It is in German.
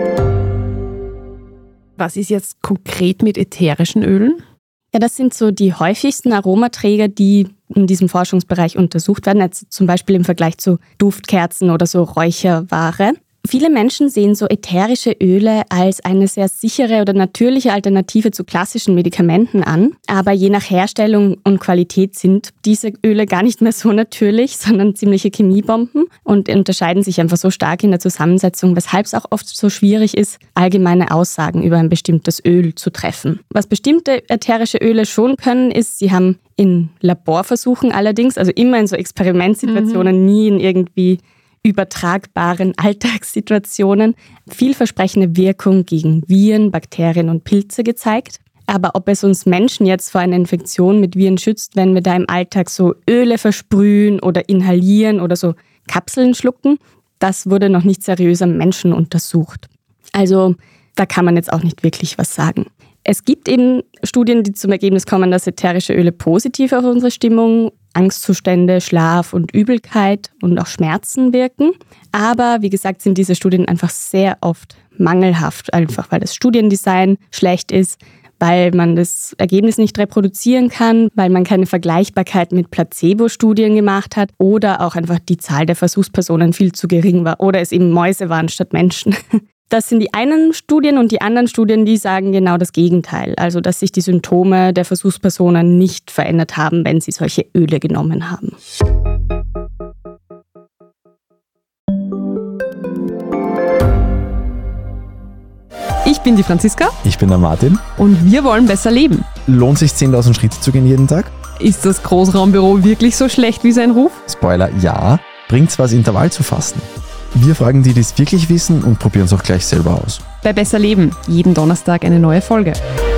Was ist jetzt konkret mit ätherischen Ölen? Ja, das sind so die häufigsten Aromaträger, die in diesem Forschungsbereich untersucht werden, jetzt zum Beispiel im Vergleich zu Duftkerzen oder so Räucherware. Viele Menschen sehen so ätherische Öle als eine sehr sichere oder natürliche Alternative zu klassischen Medikamenten an. Aber je nach Herstellung und Qualität sind diese Öle gar nicht mehr so natürlich, sondern ziemliche Chemiebomben und unterscheiden sich einfach so stark in der Zusammensetzung, weshalb es auch oft so schwierig ist, allgemeine Aussagen über ein bestimmtes Öl zu treffen. Was bestimmte ätherische Öle schon können, ist, sie haben in Laborversuchen allerdings, also immer in so Experimentsituationen, nie in irgendwie übertragbaren Alltagssituationen, vielversprechende Wirkung gegen Viren, Bakterien und Pilze gezeigt. Aber ob es uns Menschen jetzt vor einer Infektion mit Viren schützt, wenn wir da im Alltag so Öle versprühen oder inhalieren oder so Kapseln schlucken, das wurde noch nicht seriös am Menschen untersucht. Also da kann man jetzt auch nicht wirklich was sagen. Es gibt eben Studien, die zum Ergebnis kommen, dass ätherische Öle positiv auf unsere Stimmung, Angstzustände, Schlaf und Übelkeit und auch Schmerzen wirken. Aber wie gesagt, sind diese Studien einfach sehr oft mangelhaft, einfach weil das Studiendesign schlecht ist, weil man das Ergebnis nicht reproduzieren kann, weil man keine Vergleichbarkeit mit Placebo-Studien gemacht hat oder auch einfach die Zahl der Versuchspersonen viel zu gering war oder es eben Mäuse waren statt Menschen. Das sind die einen Studien und die anderen Studien, die sagen genau das Gegenteil. Also, dass sich die Symptome der Versuchspersonen nicht verändert haben, wenn sie solche Öle genommen haben. Ich bin die Franziska. Ich bin der Martin. Und wir wollen besser leben. Lohnt sich 10.000 Schritte zu gehen jeden Tag? Ist das Großraumbüro wirklich so schlecht wie sein Ruf? Spoiler, ja. Bringt's was, Intervall zu fasten? Wir fragen die es wirklich wissen und probieren es auch gleich selber aus. Bei Besser Leben, jeden Donnerstag eine neue Folge.